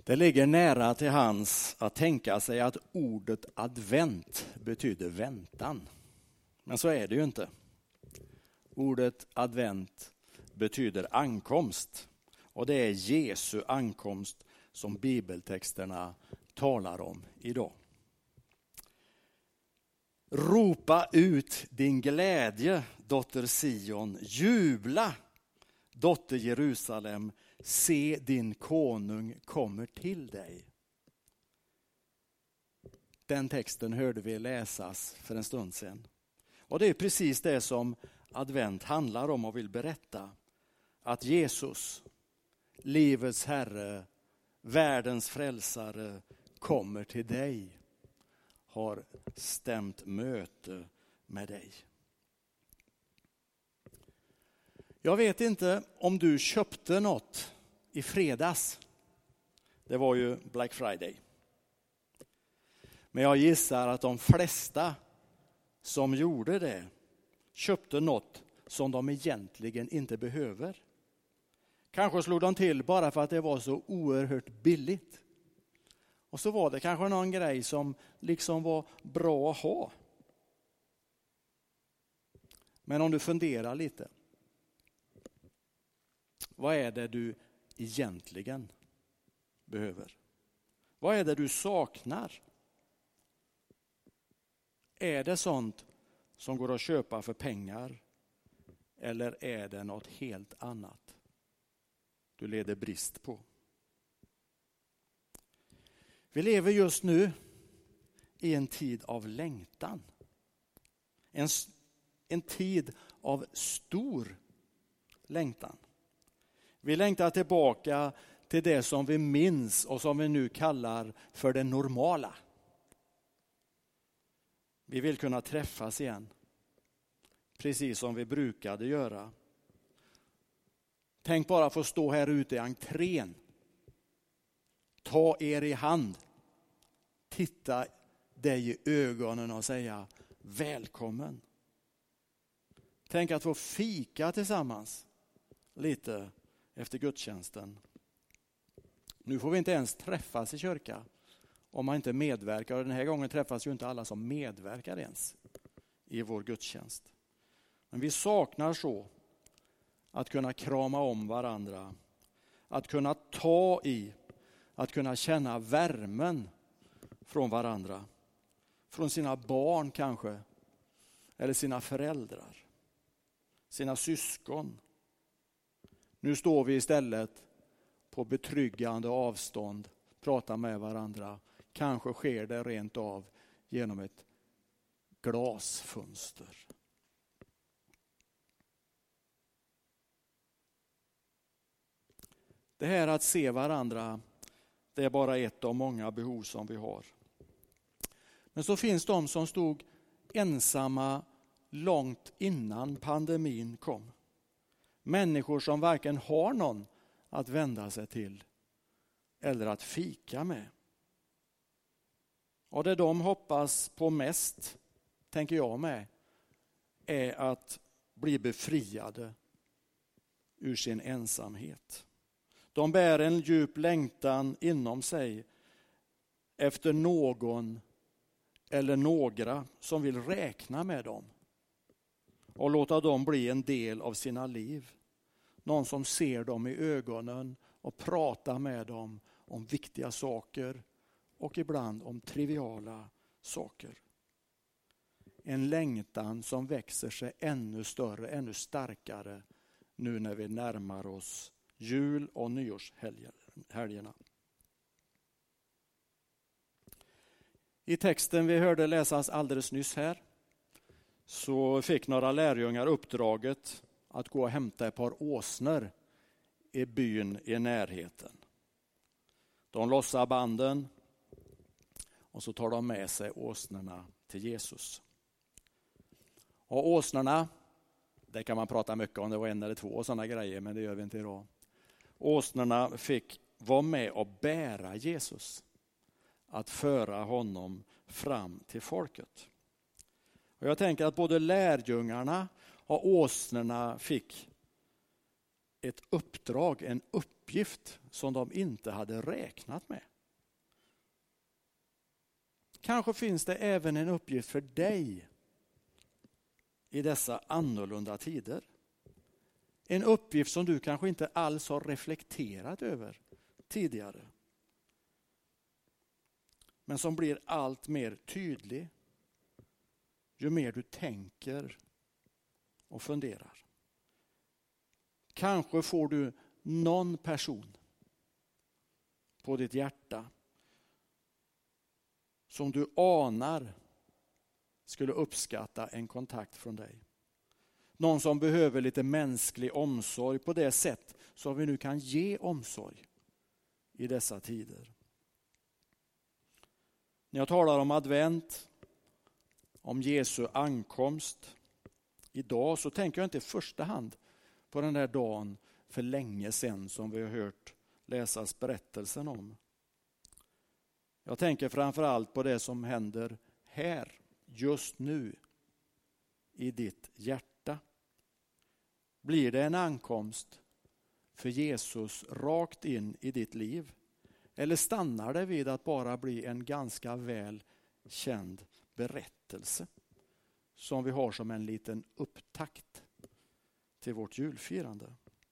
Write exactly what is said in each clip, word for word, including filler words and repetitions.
Det ligger nära till hands att tänka sig att ordet advent betyder väntan. Men så är det ju inte. Ordet advent betyder ankomst. Och det är Jesu ankomst som bibeltexterna talar om idag. Ropa ut din glädje, dotter Sion. Jubla, dotter Jerusalem. Se, din konung kommer till dig. Den texten hörde vi läsas för en stund sedan. Och det är precis det som advent handlar om och vill berätta. Att Jesus, livets Herre, världens frälsare, kommer till dig. Har stämt möte med dig. Jag vet inte om du köpte något i fredags. Det var ju Black Friday. Men jag gissar att de flesta som gjorde det köpte något som de egentligen inte behöver. Kanske slog de till bara för att det var så oerhört billigt. Och så var det kanske någon grej som liksom var bra att ha. Men om du funderar lite. Vad är det du egentligen behöver? Vad är det du saknar? Är det sånt som går att köpa för pengar? Eller är det något helt annat du leder brist på? Vi lever just nu i en tid av längtan. En, en tid av stor längtan. Vi längtar tillbaka till det som vi minns och som vi nu kallar för det normala. Vi vill kunna träffas igen. Precis som vi brukade göra. Tänk bara få stå här ute i entrén. Ta er i hand. Titta dig i ögonen och säga välkommen. Tänk att få fika tillsammans lite efter gudstjänsten. Nu får vi inte ens träffas i kyrka om man inte medverkar. Och den här gången träffas ju inte alla som medverkar ens i vår gudstjänst. Men vi saknar så att kunna krama om varandra. Att kunna ta i. Att kunna känna värmen från varandra. Från sina barn kanske. Eller sina föräldrar. Sina syskon. Nu står vi istället på betryggande avstånd. Pratar med varandra. Kanske sker det rent av genom ett glasfönster. Det här att se varandra, det är bara ett av många behov som vi har. Men så finns de som stod ensamma långt innan pandemin kom. Människor som varken har någon att vända sig till eller att fika med. Och det de hoppas på mest, tänker jag med, är att bli befriade ur sin ensamhet. De bär en djup längtan inom sig efter någon eller några som vill räkna med dem och låta dem bli en del av sina liv. Någon som ser dem i ögonen och pratar med dem om viktiga saker och ibland om triviala saker. En längtan som växer sig ännu större, ännu starkare nu när vi närmar oss jul- och nyårshelgerna. I texten vi hörde läsas alldeles nyss här så fick några lärjungar uppdraget att gå och hämta ett par åsnor i byn i närheten. De lossar banden och så tar de med sig åsnorna till Jesus. Och åsnorna, det kan man prata mycket om, det var en eller två sådana grejer, men det gör vi inte idag. Åsnorna fick vara med och bära Jesus. Att föra honom fram till folket. Och jag tänker att både lärjungarna och åsnorna fick ett uppdrag, en uppgift som de inte hade räknat med. Kanske finns det även en uppgift för dig i dessa annorlunda tider. En uppgift som du kanske inte alls har reflekterat över tidigare. Men som blir allt mer tydlig ju mer du tänker och funderar. Kanske får du någon person på ditt hjärta som du anar skulle uppskatta en kontakt från dig. Någon som behöver lite mänsklig omsorg på det sätt som vi nu kan ge omsorg i dessa tider. När jag talar om advent, om Jesu ankomst idag, så tänker jag inte i första hand på den där dagen för länge sedan som vi har hört läsas berättelsen om. Jag tänker framförallt på det som händer här, just nu, i ditt hjärta. Blir det en ankomst för Jesus rakt in i ditt liv? Eller stannar det vid att bara bli en ganska väl känd berättelse som vi har som en liten upptakt till vårt julfirande?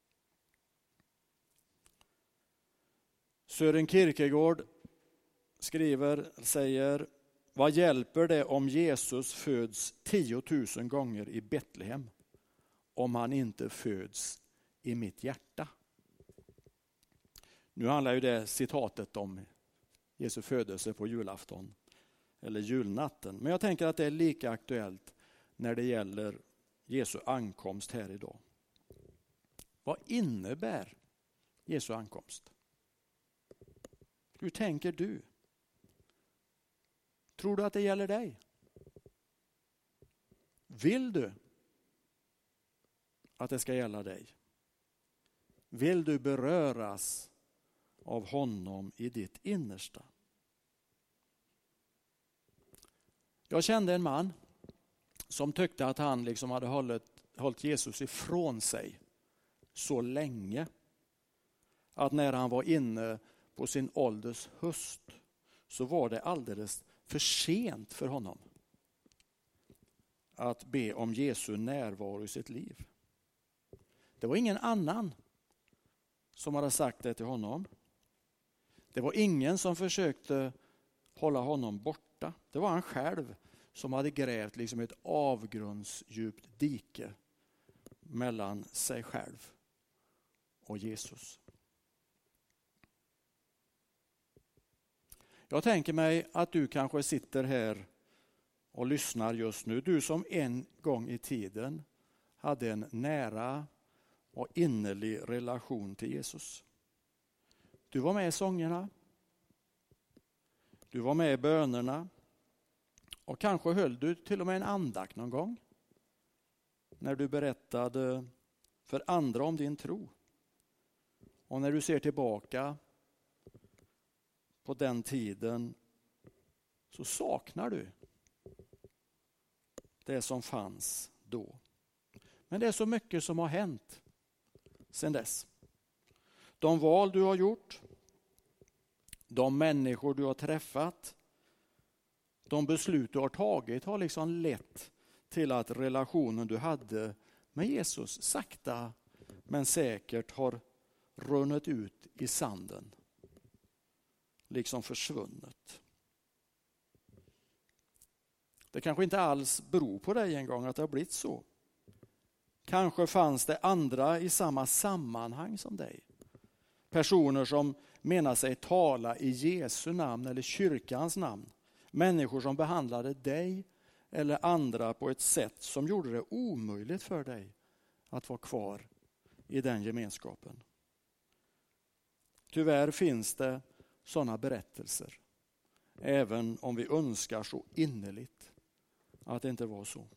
Søren Kierkegaard skriver, säger: vad hjälper det om Jesus föds tiotusen gånger i Betlehem om han inte föds i mitt hjärta? Nu handlar ju det citatet om Jesu födelse på julafton eller julnatten. Men jag tänker att det är lika aktuellt när det gäller Jesu ankomst här idag. Vad innebär Jesu ankomst? Hur tänker du? Tror du att det gäller dig? Vill du att det ska gälla dig? Vill du beröras av honom i ditt innersta? Jag kände en man som tyckte att han liksom hade hållit, hållit Jesus ifrån sig så länge att när han var inne på sin ålders höst så var det alldeles för sent för honom att be om Jesu närvaro i sitt liv. Det var ingen annan som hade sagt det till honom. Det var ingen som försökte hålla honom borta. Det var han själv som hade grävt liksom ett avgrundsdjupt dike mellan sig själv och Jesus. Jag tänker mig att du kanske sitter här och lyssnar just nu. Du som en gång i tiden hade en nära och innerlig relation till Jesus. Du var med i sångerna. Du var med i bönerna. Och kanske höll du till och med en andakt någon gång. När du berättade för andra om din tro. Och när du ser tillbaka på den tiden så saknar du det som fanns då. Men det är så mycket som har hänt sedan dess. De val du har gjort, de människor du har träffat, de beslut du har tagit har liksom lett till att relationen du hade med Jesus sakta men säkert har runnit ut i sanden. Liksom försvunnet. Det kanske inte alls beror på dig en gång att det har blivit så. Kanske fanns det andra i samma sammanhang som dig. Personer som menar sig tala i Jesu namn eller kyrkans namn. Människor som behandlade dig eller andra på ett sätt som gjorde det omöjligt för dig att vara kvar i den gemenskapen. Tyvärr finns det sådana berättelser. Även om vi önskar så innerligt att det inte var så.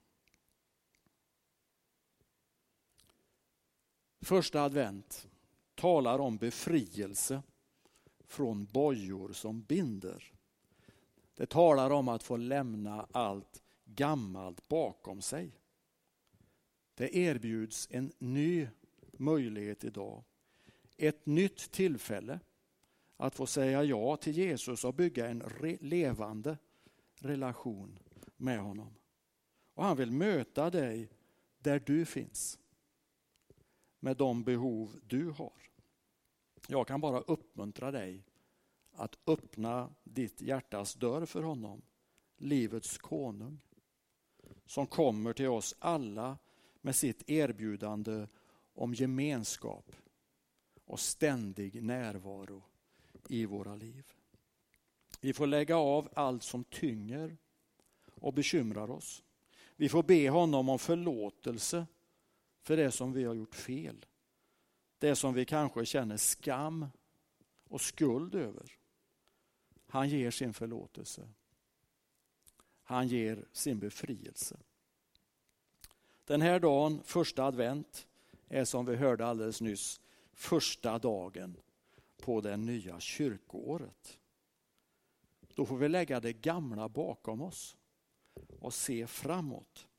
Första advent talar om befrielse från bojor som binder. Det talar om att få lämna allt gammalt bakom sig. Det erbjuds en ny möjlighet idag. Ett nytt tillfälle att få säga ja till Jesus och bygga en re- levande relation med honom. Och han vill möta dig där du finns, med de behov du har. Jag kan bara uppmuntra dig att öppna ditt hjärtas dörr för honom, livets konung, som kommer till oss alla med sitt erbjudande om gemenskap och ständig närvaro i våra liv. Vi får lägga av allt som tynger och bekymrar oss. Vi får be honom om förlåtelse för det som vi har gjort fel. Det som vi kanske känner skam och skuld över. Han ger sin förlåtelse. Han ger sin befrielse. Den här dagen, första advent, är som vi hörde alldeles nyss, första dagen på det nya kyrkoåret. Då får vi lägga det gamla bakom oss och se framåt.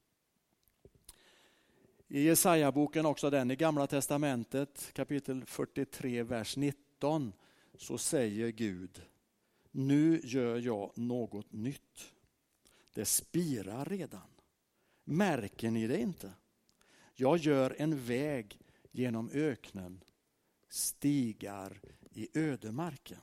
I Jesaja-boken, också den i Gamla testamentet, kapitel fyrtiotre, vers nitton, så säger Gud: nu gör jag något nytt. Det spirar redan. Märker ni det inte? Jag gör en väg genom öknen, stigar i ödemarken.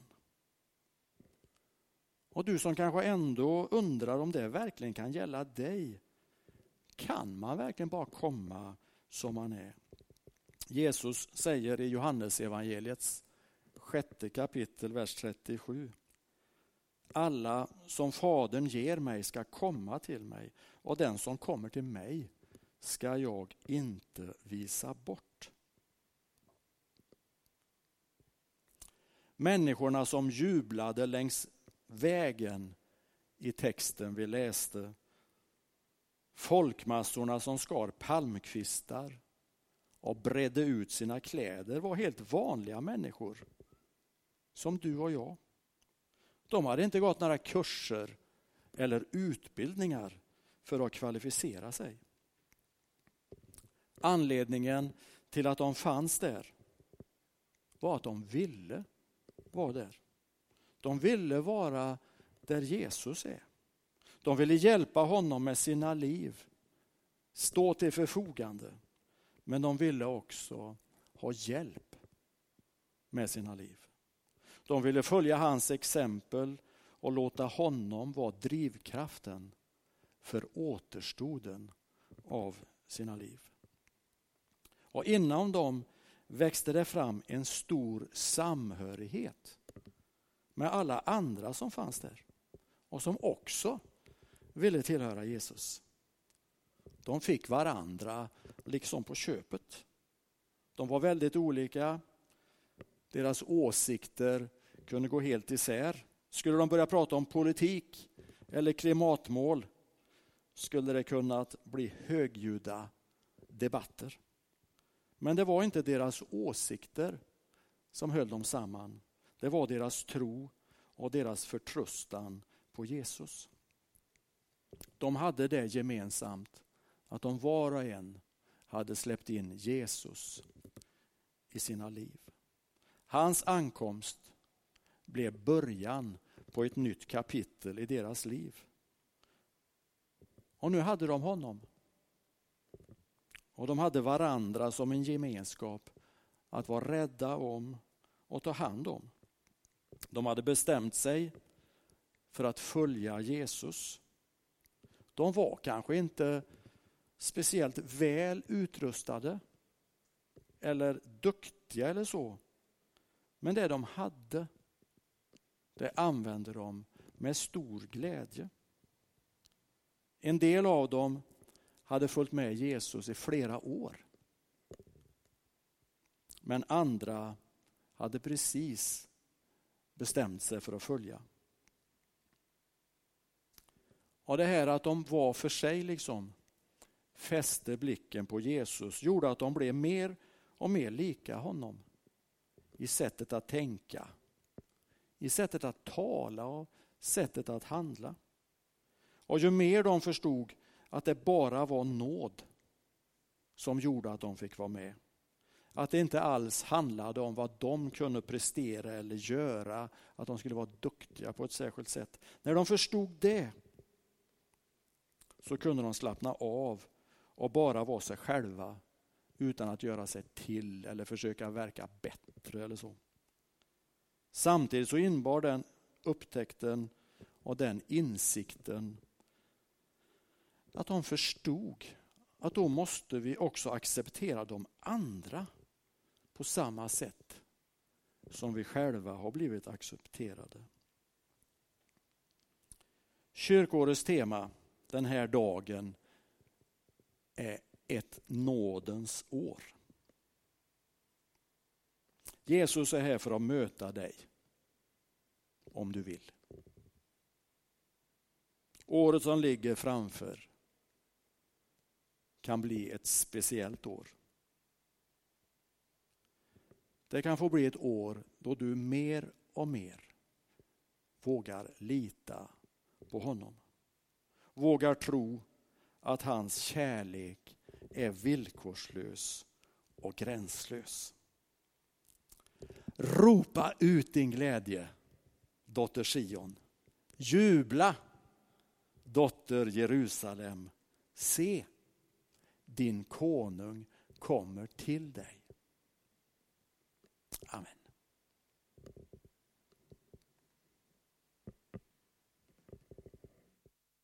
Och du som kanske ändå undrar om det verkligen kan gälla dig. Kan man verkligen bara komma som man är? Jesus säger i Johannes evangeliets sjätte kapitel, vers trettiosju. Alla som Fadern ger mig ska komma till mig, och den som kommer till mig ska jag inte visa bort. Människorna som jublade längs vägen i texten vi läste, folkmassorna som skar palmkvistar och bredde ut sina kläder, var helt vanliga människor som du och jag. De hade inte gått några kurser eller utbildningar för att kvalificera sig. Anledningen till att de fanns där var att de ville vara där. De ville vara där Jesus är. De ville hjälpa honom med sina liv, stå till förfogande. Men de ville också ha hjälp med sina liv. De ville följa hans exempel och låta honom vara drivkraften för återstoden av sina liv. Och inom dem växte det fram en stor samhörighet med alla andra som fanns där och som också ville tillhöra Jesus. De fick varandra liksom på köpet. De var väldigt olika. Deras åsikter kunde gå helt isär. Skulle de börja prata om politik eller klimatmål skulle det kunnat bli högljudda debatter. Men det var inte deras åsikter som höll dem samman. Det var deras tro och deras förtröstan på Jesus. De hade det gemensamt att de var och en hade släppt in Jesus i sina liv. Hans ankomst blev början på ett nytt kapitel i deras liv. Och nu hade de honom. Och de hade varandra som en gemenskap att vara rädda om och ta hand om. De hade bestämt sig för att följa Jesus. De var kanske inte speciellt väl utrustade eller duktiga eller så. Men det de hade, det använde de med stor glädje. En del av dem hade följt med Jesus i flera år. Men andra hade precis bestämt sig för att följa. Och det här att de var för sig liksom fäste blicken på Jesus gjorde att de blev mer och mer lika honom i sättet att tänka, i sättet att tala och sättet att handla. Och ju mer de förstod att det bara var nåd som gjorde att de fick vara med, Att det inte alls handlade om vad de kunde prestera eller göra, att de skulle vara duktiga på ett särskilt sätt. När de förstod det så kunde de slappna av och bara vara sig själva utan att göra sig till eller försöka verka bättre eller så. Samtidigt så innebar den upptäckten och den insikten att de förstod att då måste vi också acceptera de andra på samma sätt som vi själva har blivit accepterade. Kyrkårets tema den här dagen är ett nådens år. Jesus är här för att möta dig om du vill. Året som ligger framför kan bli ett speciellt år. Det kan få bli ett år då du mer och mer vågar lita på honom. Vågar tro att hans kärlek är villkorslös och gränslös. Ropa ut din glädje, dotter Sion. Jubla, dotter Jerusalem. Se, din konung kommer till dig.